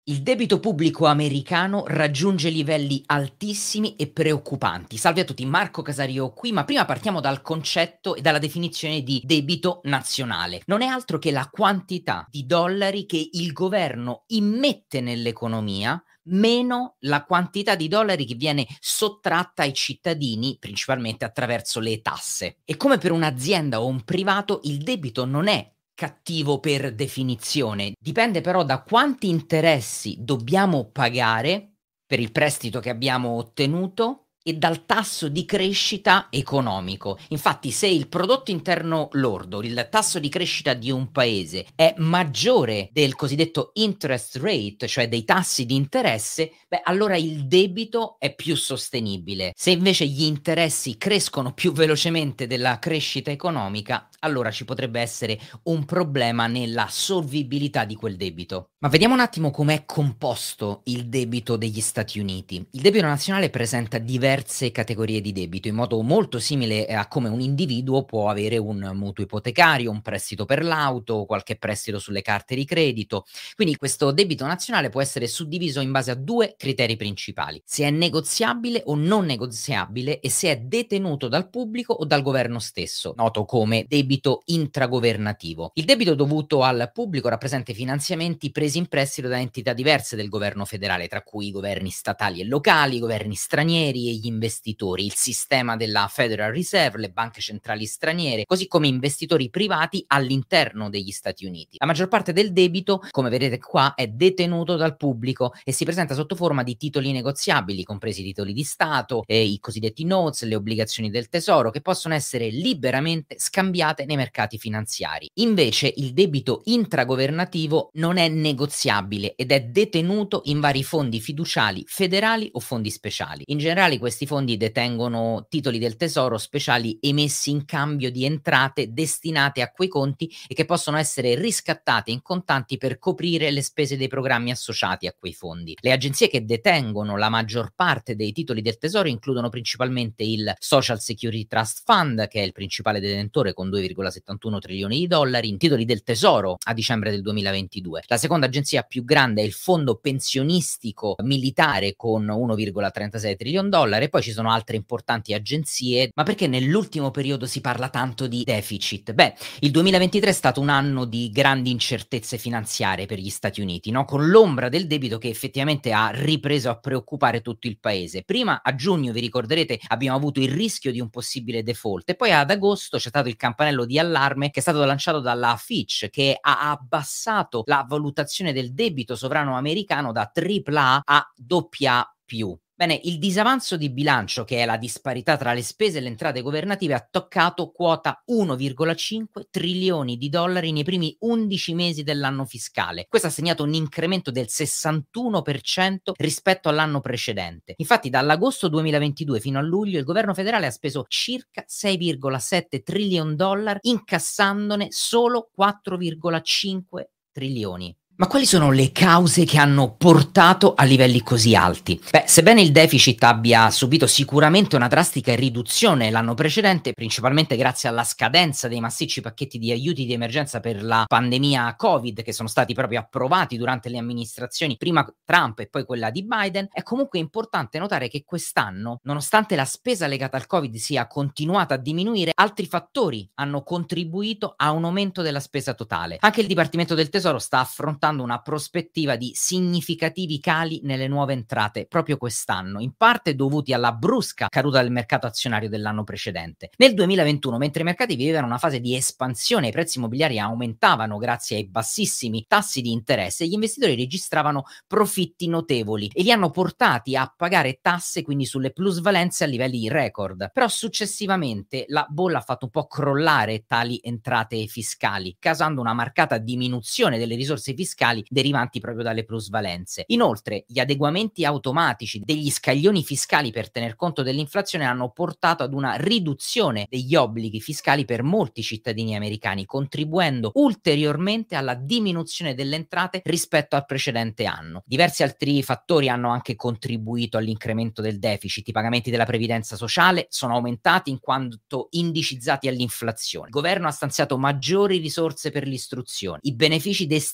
Il debito pubblico americano raggiunge livelli altissimi e preoccupanti. Salve a tutti, Marco Casario qui, ma prima partiamo dal concetto e dalla definizione di debito nazionale. Non è altro che la quantità di dollari che il governo immette nell'economia meno la quantità di dollari che viene sottratta ai cittadini, principalmente attraverso le tasse. E come per un'azienda o un privato, il debito non è cattivo per definizione, dipende però da quanti interessi dobbiamo pagare per il prestito che abbiamo ottenuto e dal tasso di crescita economico. Infatti, se il prodotto interno lordo, il tasso di crescita di un paese è maggiore del cosiddetto interest rate, cioè dei tassi di interesse, beh, allora il debito è più sostenibile. Se invece gli interessi crescono più velocemente della crescita economica, allora ci potrebbe essere un problema nella solvibilità di quel debito. Ma vediamo un attimo com'è composto il debito degli Stati Uniti. Il debito nazionale presenta diverse categorie di debito, in modo molto simile a come un individuo può avere un mutuo ipotecario, un prestito per l'auto, qualche prestito sulle carte di credito. Quindi questo debito nazionale può essere suddiviso in base a due criteri principali: se è negoziabile o non negoziabile e se è detenuto dal pubblico o dal governo stesso, noto come debito intragovernativo. Il debito dovuto al pubblico rappresenta i finanziamenti presi in prestito da entità diverse del governo federale, tra cui i governi statali e locali, i governi stranieri e gli investitori, il sistema della Federal Reserve, le banche centrali straniere, così come investitori privati all'interno degli Stati Uniti. La maggior parte del debito, come vedete qua, è detenuto dal pubblico e si presenta sotto forma di titoli negoziabili, compresi i titoli di Stato, i cosiddetti notes, le obbligazioni del tesoro, che possono essere liberamente scambiate nei mercati finanziari. Invece il debito intragovernativo non è negoziabile ed è detenuto in vari fondi fiduciali federali o fondi speciali. In generale questi fondi detengono titoli del tesoro speciali emessi in cambio di entrate destinate a quei conti e che possono essere riscattate in contanti per coprire le spese dei programmi associati a quei fondi. Le agenzie che detengono la maggior parte dei titoli del tesoro includono principalmente il Social Security Trust Fund, che è il principale detentore con 2,71 trilioni di dollari in titoli del tesoro a dicembre del 2022. La seconda agenzia più grande è il fondo pensionistico militare con 1,36 trilioni di dollari, e poi ci sono altre importanti agenzie. Ma perché nell'ultimo periodo si parla tanto di deficit? Beh, il 2023 è stato un anno di grandi incertezze finanziarie per gli Stati Uniti, no? Con l'ombra del debito che effettivamente ha ripreso a preoccupare tutto il paese. Prima, a giugno, vi ricorderete, abbiamo avuto il rischio di un possibile default e poi ad agosto c'è stato il campanello di allarme che è stato lanciato dalla Fitch, che ha abbassato la valutazione del debito sovrano americano da AAA a AA+. Bene, il disavanzo di bilancio, che è la disparità tra le spese e le entrate governative, ha toccato quota 1,5 trilioni di dollari nei primi 11 mesi dell'anno fiscale. Questo ha segnato un incremento del 61% rispetto all'anno precedente. Infatti, dall'agosto 2022 fino a luglio il governo federale ha speso circa 6,7 trilioni di dollari, incassandone solo 4,5 trilioni. Ma quali sono le cause che hanno portato a livelli così alti? Beh, sebbene il deficit abbia subito sicuramente una drastica riduzione l'anno precedente, principalmente grazie alla scadenza dei massicci pacchetti di aiuti di emergenza per la pandemia Covid, che sono stati proprio approvati durante le amministrazioni prima Trump e poi quella di Biden, è comunque importante notare che quest'anno, nonostante la spesa legata al Covid sia continuata a diminuire, altri fattori hanno contribuito a un aumento della spesa totale. Anche il Dipartimento del Tesoro sta affrontando una prospettiva di significativi cali nelle nuove entrate proprio quest'anno, in parte dovuti alla brusca caduta del mercato azionario dell'anno precedente. Nel 2021, mentre i mercati vivevano una fase di espansione e i prezzi immobiliari aumentavano grazie ai bassissimi tassi di interesse, gli investitori registravano profitti notevoli e li hanno portati a pagare tasse quindi sulle plusvalenze a livelli record. Però successivamente la bolla ha fatto un po' crollare tali entrate fiscali, causando una marcata diminuzione delle risorse fiscali derivanti proprio dalle plusvalenze. Inoltre, gli adeguamenti automatici degli scaglioni fiscali per tener conto dell'inflazione hanno portato ad una riduzione degli obblighi fiscali per molti cittadini americani, contribuendo ulteriormente alla diminuzione delle entrate rispetto al precedente anno. Diversi altri fattori hanno anche contribuito all'incremento del deficit. I pagamenti della previdenza sociale sono aumentati in quanto indicizzati all'inflazione. Il governo ha stanziato maggiori risorse per l'istruzione. I benefici destinati ai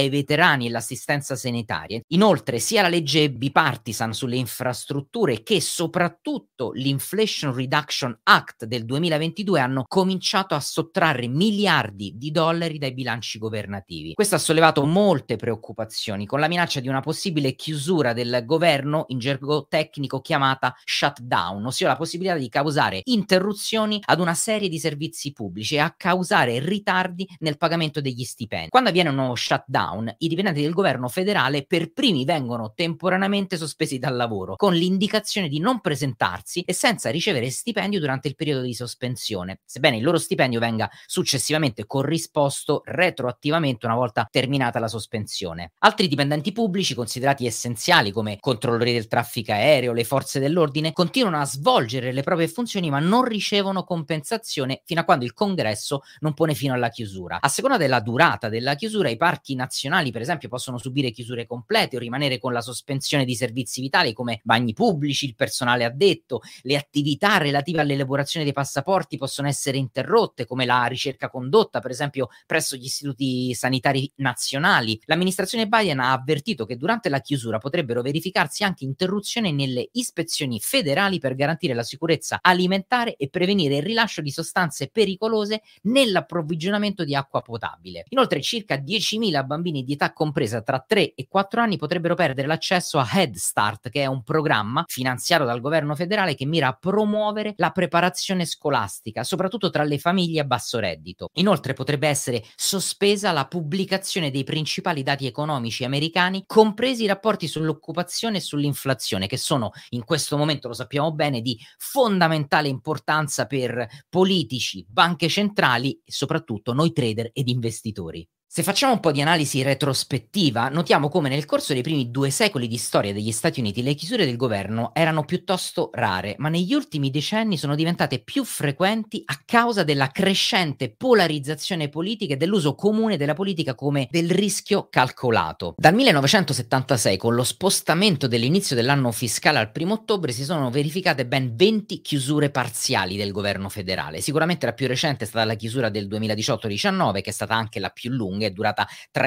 ai veterani e l'assistenza sanitaria. Inoltre, sia la legge bipartisan sulle infrastrutture che soprattutto l'Inflation Reduction Act del 2022 hanno cominciato a sottrarre miliardi di dollari dai bilanci governativi. Questo ha sollevato molte preoccupazioni, con la minaccia di una possibile chiusura del governo, in gergo tecnico chiamata shutdown, ossia la possibilità di causare interruzioni ad una serie di servizi pubblici e a causare ritardi nel pagamento degli stipendi. Quando avviene un nuovo shutdown, i dipendenti del governo federale per primi vengono temporaneamente sospesi dal lavoro, con l'indicazione di non presentarsi e senza ricevere stipendio durante il periodo di sospensione, sebbene il loro stipendio venga successivamente corrisposto retroattivamente una volta terminata la sospensione. Altri dipendenti pubblici considerati essenziali, come controllori del traffico aereo, le forze dell'ordine, continuano a svolgere le proprie funzioni ma non ricevono compensazione fino a quando il Congresso non pone fino alla chiusura. A seconda della durata della chiusura, i parchi nazionali, per esempio, possono subire chiusure complete o rimanere con la sospensione di servizi vitali come bagni pubblici, il personale addetto, le attività relative all'elaborazione dei passaporti possono essere interrotte, come la ricerca condotta, per esempio, presso gli istituti sanitari nazionali. L'amministrazione Biden ha avvertito che durante la chiusura potrebbero verificarsi anche interruzioni nelle ispezioni federali per garantire la sicurezza alimentare e prevenire il rilascio di sostanze pericolose nell'approvvigionamento di acqua potabile. Inoltre, circa 10.000 bambini di età compresa tra 3 e 4 anni potrebbero perdere l'accesso a Head Start, che è un programma finanziato dal governo federale che mira a promuovere la preparazione scolastica, soprattutto tra le famiglie a basso reddito. Inoltre potrebbe essere sospesa la pubblicazione dei principali dati economici americani, compresi i rapporti sull'occupazione e sull'inflazione, che sono in questo momento, lo sappiamo bene, di fondamentale importanza per politici, banche centrali e soprattutto noi trader ed investitori. Se facciamo un po' di analisi retrospettiva, notiamo come nel corso dei primi 2 secoli di storia degli Stati Uniti le chiusure del governo erano piuttosto rare, ma negli ultimi decenni sono diventate più frequenti a causa della crescente polarizzazione politica e dell'uso comune della politica come del rischio calcolato. Dal 1976, con lo spostamento dell'inizio dell'anno fiscale al 1° ottobre, si sono verificate ben 20 chiusure parziali del governo federale. Sicuramente la più recente è stata la chiusura del 2018-19, che è stata anche la più lunga, è durata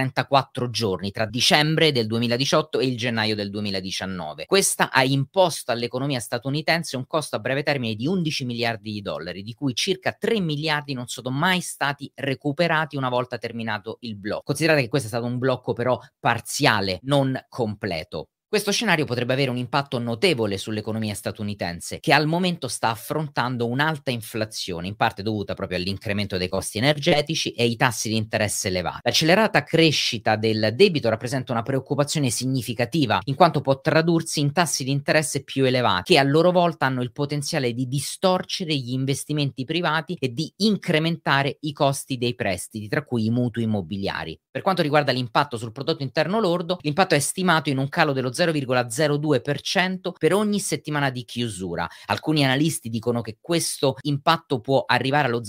34 giorni tra dicembre del 2018 e il gennaio del 2019. Questa ha imposto all'economia statunitense un costo a breve termine di 11 miliardi di dollari, di cui circa 3 miliardi non sono mai stati recuperati una volta terminato il blocco. Considerate che questo è stato un blocco però parziale, non completo. Questo scenario potrebbe avere un impatto notevole sull'economia statunitense, che al momento sta affrontando un'alta inflazione, in parte dovuta proprio all'incremento dei costi energetici e ai tassi di interesse elevati. L'accelerata crescita del debito rappresenta una preoccupazione significativa, in quanto può tradursi in tassi di interesse più elevati, che a loro volta hanno il potenziale di distorcere gli investimenti privati e di incrementare i costi dei prestiti, tra cui i mutui immobiliari. Per quanto riguarda l'impatto sul prodotto interno lordo, l'impatto è stimato in un calo dello 0,02% per ogni settimana di chiusura. Alcuni analisti dicono che questo impatto può arrivare allo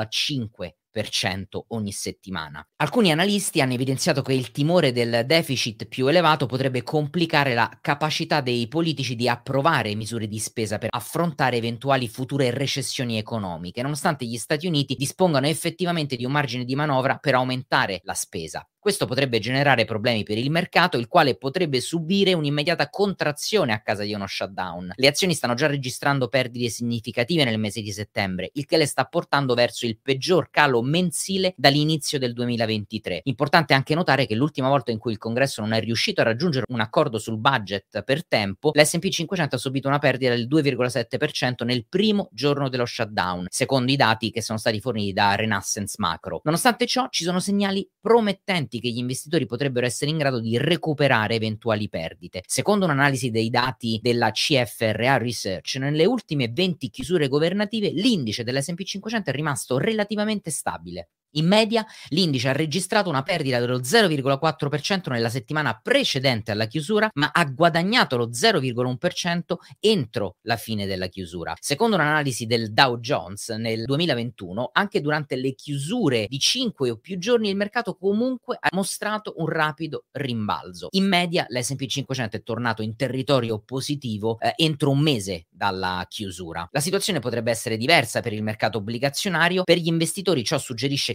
0,5% ogni settimana. Alcuni analisti hanno evidenziato che il timore del deficit più elevato potrebbe complicare la capacità dei politici di approvare misure di spesa per affrontare eventuali future recessioni economiche, nonostante gli Stati Uniti dispongano effettivamente di un margine di manovra per aumentare la spesa. Questo potrebbe generare problemi per il mercato, il quale potrebbe subire un'immediata contrazione a causa di uno shutdown. Le azioni stanno già registrando perdite significative nel mese di settembre, il che le sta portando verso il peggior calo mensile dall'inizio del 2023. Importante anche notare che l'ultima volta in cui il Congresso non è riuscito a raggiungere un accordo sul budget per tempo, l'S&P 500 ha subito una perdita del 2,7% nel primo giorno dello shutdown, secondo i dati che sono stati forniti da Renaissance Macro. Nonostante ciò, ci sono segnali promettenti che gli investitori potrebbero essere in grado di recuperare eventuali perdite. Secondo un'analisi dei dati della CFRA Research, nelle ultime 20 chiusure governative l'indice dell'S&P 500 è rimasto relativamente stabile. In media, l'indice ha registrato una perdita dello 0,4% nella settimana precedente alla chiusura, ma ha guadagnato lo 0,1% entro la fine della chiusura. Secondo un'analisi del Dow Jones, nel 2021, anche durante le chiusure di 5 o più giorni, il mercato comunque ha mostrato un rapido rimbalzo. In media, l'S&P 500 è tornato in territorio positivo entro un mese dalla chiusura. La situazione potrebbe essere diversa per il mercato obbligazionario. Per gli investitori ciò suggerisce che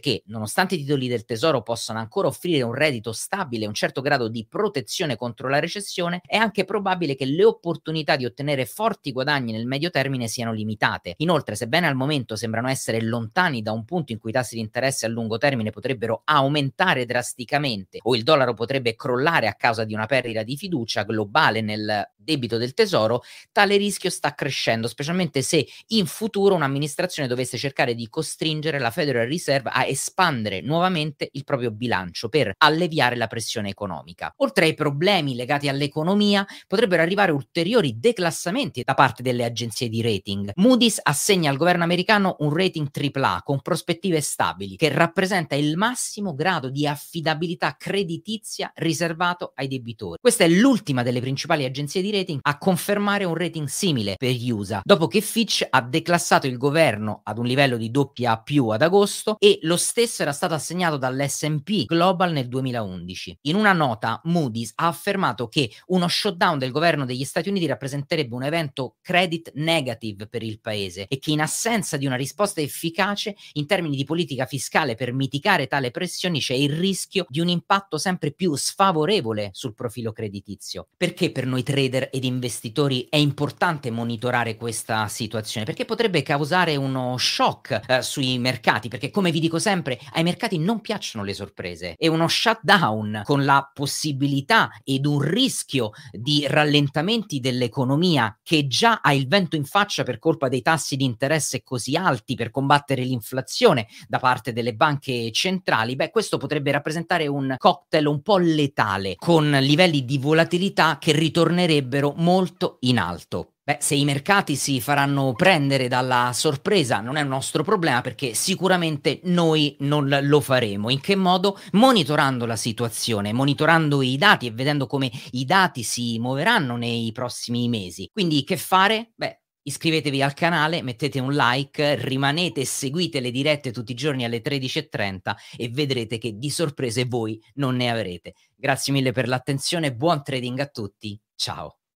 che, nonostante i titoli del tesoro possano ancora offrire un reddito stabile e un certo grado di protezione contro la recessione, è anche probabile che le opportunità di ottenere forti guadagni nel medio termine siano limitate. Inoltre, sebbene al momento sembrano essere lontani da un punto in cui i tassi di interesse a lungo termine potrebbero aumentare drasticamente o il dollaro potrebbe crollare a causa di una perdita di fiducia globale nel debito del tesoro, tale rischio sta crescendo, specialmente se in futuro un'amministrazione dovesse cercare di costringere la Federal Reserve a espandere nuovamente il proprio bilancio per alleviare la pressione economica. Oltre ai problemi legati all'economia, potrebbero arrivare ulteriori declassamenti da parte delle agenzie di rating. Moody's assegna al governo americano un rating AAA con prospettive stabili, che rappresenta il massimo grado di affidabilità creditizia riservato ai debitori. Questa è l'ultima delle principali agenzie di rating a confermare un rating simile per gli USA, dopo che Fitch ha declassato il governo ad un livello di AA+ ad agosto e lo stesso era stato assegnato dall'S&P Global nel 2011. In una nota, Moody's ha affermato che uno shutdown del governo degli Stati Uniti rappresenterebbe un evento credit negative per il paese e che in assenza di una risposta efficace in termini di politica fiscale per mitigare tale pressioni c'è il rischio di un impatto sempre più sfavorevole sul profilo creditizio. Perché per noi trader ed investitori è importante monitorare questa situazione? Perché potrebbe causare uno shock sui mercati, perché come vi dico sempre, ai mercati non piacciono le sorprese e uno shutdown con la possibilità ed un rischio di rallentamenti dell'economia che già ha il vento in faccia per colpa dei tassi di interesse così alti per combattere l'inflazione da parte delle banche centrali, questo potrebbe rappresentare un cocktail un po' letale, con livelli di volatilità che ritornerebbero molto in alto. Se i mercati si faranno prendere dalla sorpresa non è un nostro problema, perché sicuramente noi non lo faremo. In che modo? Monitorando la situazione, monitorando i dati e vedendo come i dati si muoveranno nei prossimi mesi. Quindi che fare? Iscrivetevi al canale, mettete un like, rimanete e seguite le dirette tutti i giorni alle 13:30 e vedrete che di sorprese voi non ne avrete. Grazie mille per l'attenzione, buon trading a tutti, ciao!